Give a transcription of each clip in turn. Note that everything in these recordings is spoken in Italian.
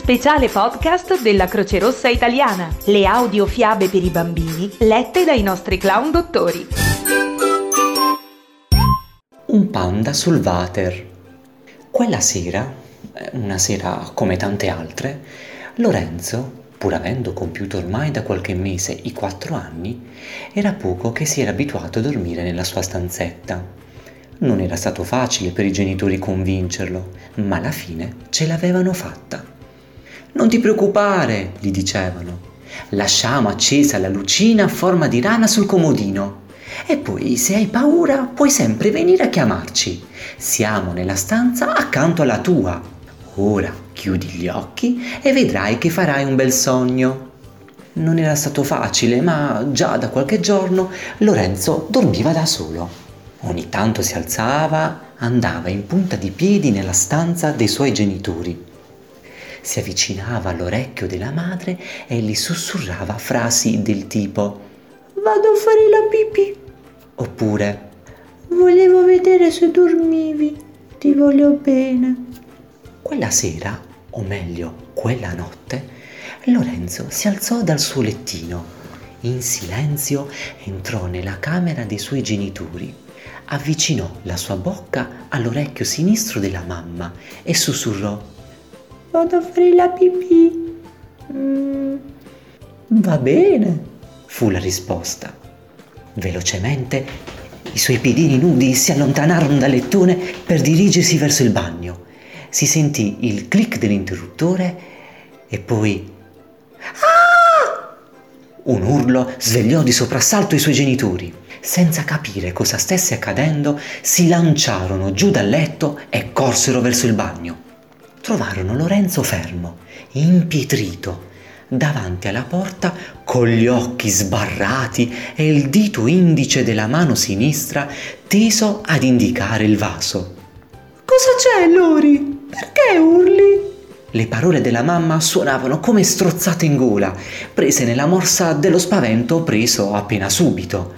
speciale podcast della Croce Rossa Italiana, le audiofiabe per i bambini lette dai nostri clown dottori. Un panda sul water. Quella sera, una sera come tante altre, Lorenzo, pur avendo compiuto ormai da qualche mese i 4 anni, era poco che si era abituato a dormire nella sua stanzetta. Non era stato facile per i genitori convincerlo, ma alla fine ce l'avevano fatta. «Non ti preoccupare», gli dicevano, «lasciamo accesa la lucina a forma di rana sul comodino e poi, se hai paura, puoi sempre venire a chiamarci. Siamo nella stanza accanto alla tua. Ora chiudi gli occhi e vedrai che farai un bel sogno». Non era stato facile, ma già da qualche giorno Lorenzo dormiva da solo. Ogni tanto si alzava, andava in punta di piedi nella stanza dei suoi genitori. Si avvicinava all'orecchio della madre e gli sussurrava frasi del tipo «Vado a fare la pipì» oppure «Volevo vedere se dormivi, ti voglio bene». Quella sera, o meglio, quella notte, Lorenzo si alzò dal suo lettino. In silenzio entrò nella camera dei suoi genitori. Avvicinò la sua bocca all'orecchio sinistro della mamma e sussurrò «Vado a fare la pipì». «Va bene», fu la risposta. Velocemente i suoi piedini nudi si allontanarono dal lettone per dirigersi verso il bagno. Si sentì il click dell'interruttore e poi «Ah!». Un urlo svegliò di soprassalto i suoi genitori. Senza capire cosa stesse accadendo, si lanciarono giù dal letto e corsero verso il bagno. Trovarono Lorenzo fermo, impietrito, davanti alla porta con gli occhi sbarrati e il dito indice della mano sinistra teso ad indicare il vaso. «Cosa c'è, Lori? Perché urli?» Le parole della mamma suonavano come strozzate in gola, prese nella morsa dello spavento preso appena subito.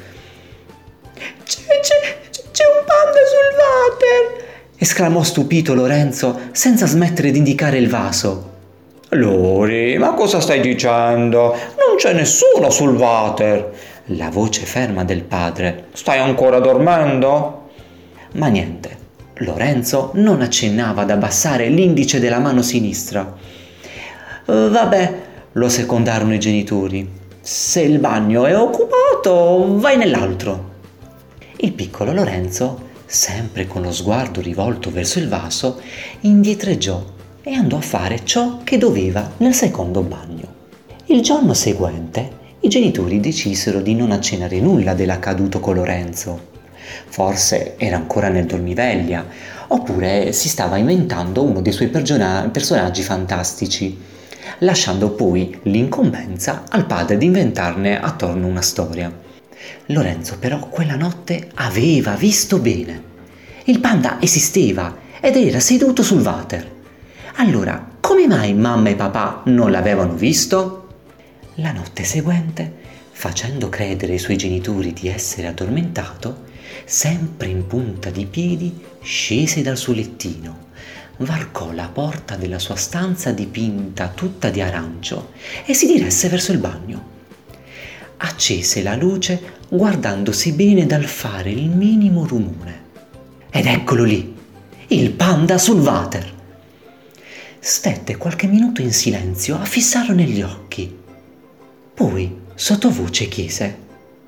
C'è un panda sul water!» esclamò stupito Lorenzo senza smettere di indicare il vaso. «Lori, ma cosa stai dicendo? Non c'è nessuno sul water!» La voce ferma del padre. «Stai ancora dormendo?» Ma niente, Lorenzo non accennava ad abbassare l'indice della mano sinistra. «Vabbè», lo secondarono i genitori, «se il bagno è occupato, vai nell'altro». Il piccolo Lorenzo, sempre con lo sguardo rivolto verso il vaso, indietreggiò e andò a fare ciò che doveva nel secondo bagno. Il giorno seguente i genitori decisero di non accennare nulla dell'accaduto con Lorenzo. Forse era ancora nel dormiveglia, oppure si stava inventando uno dei suoi personaggi fantastici, lasciando poi l'incombenza al padre di inventarne attorno una storia. Lorenzo però quella notte aveva visto bene. Il panda esisteva ed era seduto sul water. Allora, come mai mamma e papà non l'avevano visto? La notte seguente, facendo credere ai suoi genitori di essere addormentato, sempre in punta di piedi, scese dal suo lettino, varcò la porta della sua stanza dipinta tutta di arancio e si diresse verso il bagno. Accese la luce guardandosi bene dal fare il minimo rumore. Ed eccolo lì, il panda sul water. Stette qualche minuto in silenzio a fissarlo negli occhi. Poi, sottovoce, chiese: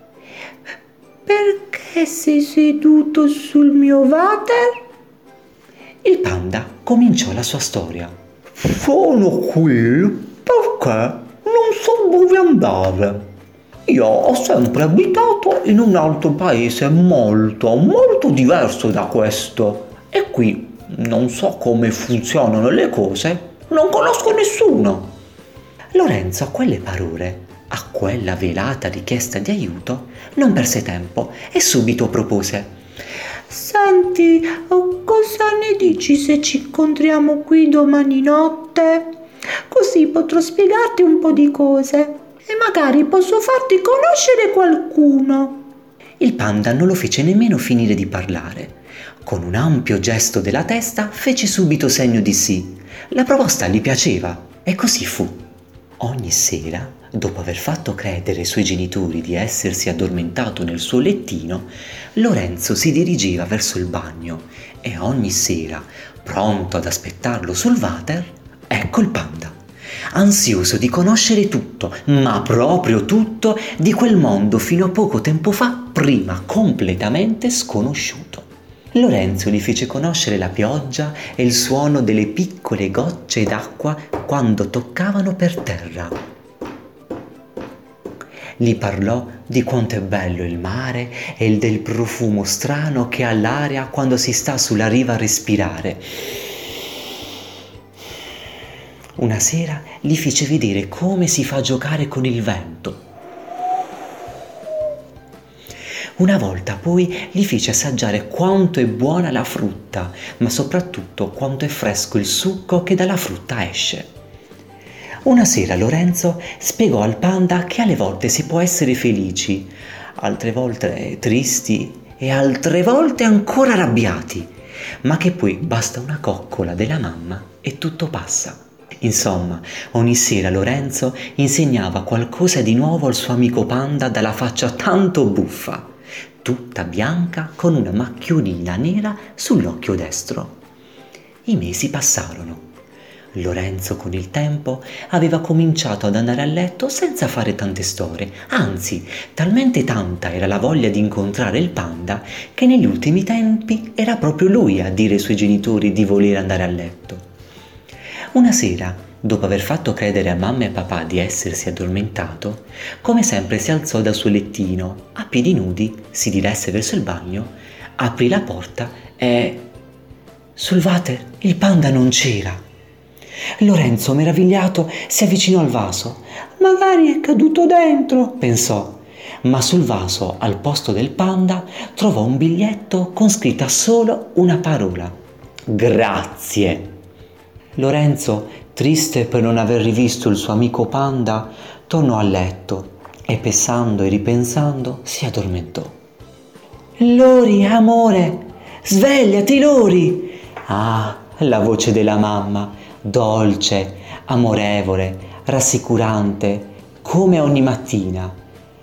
«Perché sei seduto sul mio water?» Il panda cominciò la sua storia. «Sono qui perché non so dove andare. Io ho sempre abitato in un altro paese molto diverso da questo e qui non so come funzionano le cose, non conosco nessuno». Lorenzo a quelle parole, a quella velata richiesta di aiuto, non perse tempo e subito propose: «Senti, cosa ne dici se ci incontriamo qui domani notte? Così potrò spiegarti un po' di cose e magari posso farti conoscere qualcuno». Il panda non lo fece nemmeno finire di parlare. Con un ampio gesto della testa fece subito segno di sì. La proposta gli piaceva. E così fu. Ogni sera, dopo aver fatto credere ai suoi genitori di essersi addormentato nel suo lettino, Lorenzo si dirigeva verso il bagno e ogni sera, pronto ad aspettarlo sul water, ecco il panda, ansioso di conoscere tutto, ma proprio tutto, di quel mondo fino a poco tempo fa prima completamente sconosciuto. Lorenzo gli fece conoscere la pioggia e il suono delle piccole gocce d'acqua quando toccavano per terra. Gli parlò di quanto è bello il mare e del profumo strano che ha l'aria quando si sta sulla riva a respirare. Una sera gli fece vedere come si fa a giocare con il vento. Una volta poi gli fece assaggiare quanto è buona la frutta, ma soprattutto quanto è fresco il succo che dalla frutta esce. Una sera Lorenzo spiegò al panda che alle volte si può essere felici, altre volte tristi e altre volte ancora arrabbiati, ma che poi basta una coccola della mamma e tutto passa. Insomma, ogni sera Lorenzo insegnava qualcosa di nuovo al suo amico panda dalla faccia tanto buffa, tutta bianca con una macchiolina nera sull'occhio destro. I mesi passarono. Lorenzo con il tempo aveva cominciato ad andare a letto senza fare tante storie, anzi, talmente tanta era la voglia di incontrare il panda che negli ultimi tempi era proprio lui a dire ai suoi genitori di voler andare a letto. Una sera, dopo aver fatto credere a mamma e papà di essersi addormentato, come sempre si alzò dal suo lettino, a piedi nudi, si diresse verso il bagno, aprì la porta e... sul water il panda non c'era. Lorenzo, meravigliato, si avvicinò al vaso. Magari è caduto dentro, pensò, ma sul vaso, al posto del panda, trovò un biglietto con scritta solo una parola: grazie. Lorenzo, triste per non aver rivisto il suo amico panda, tornò a letto e pensando e ripensando si addormentò. Lori, amore, svegliati Lori! Ah, la voce della mamma, dolce, amorevole, rassicurante, come ogni mattina.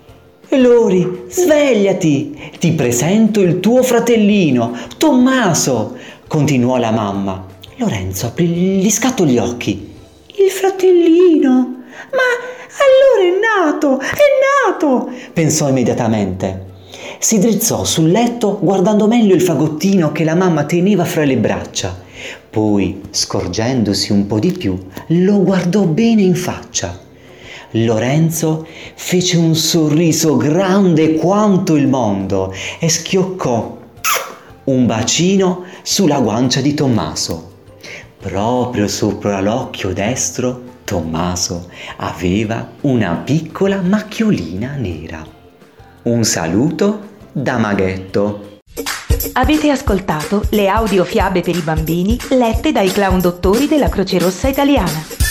Lori, svegliati! Ti presento il tuo fratellino, Tommaso! Continuò la mamma. Lorenzo aprì, gli scattò gli occhi. Il fratellino? Ma allora è nato! Pensò immediatamente. Si drizzò sul letto guardando meglio il fagottino che la mamma teneva fra le braccia. Poi, scorgendosi un po' di più, lo guardò bene in faccia. Lorenzo fece un sorriso grande quanto il mondo e schioccò un bacino sulla guancia di Tommaso. Proprio sopra l'occhio destro, Tommaso aveva una piccola macchiolina nera. Un saluto da Maghetto. Avete ascoltato le audiofiabe per i bambini lette dai clown dottori della Croce Rossa Italiana.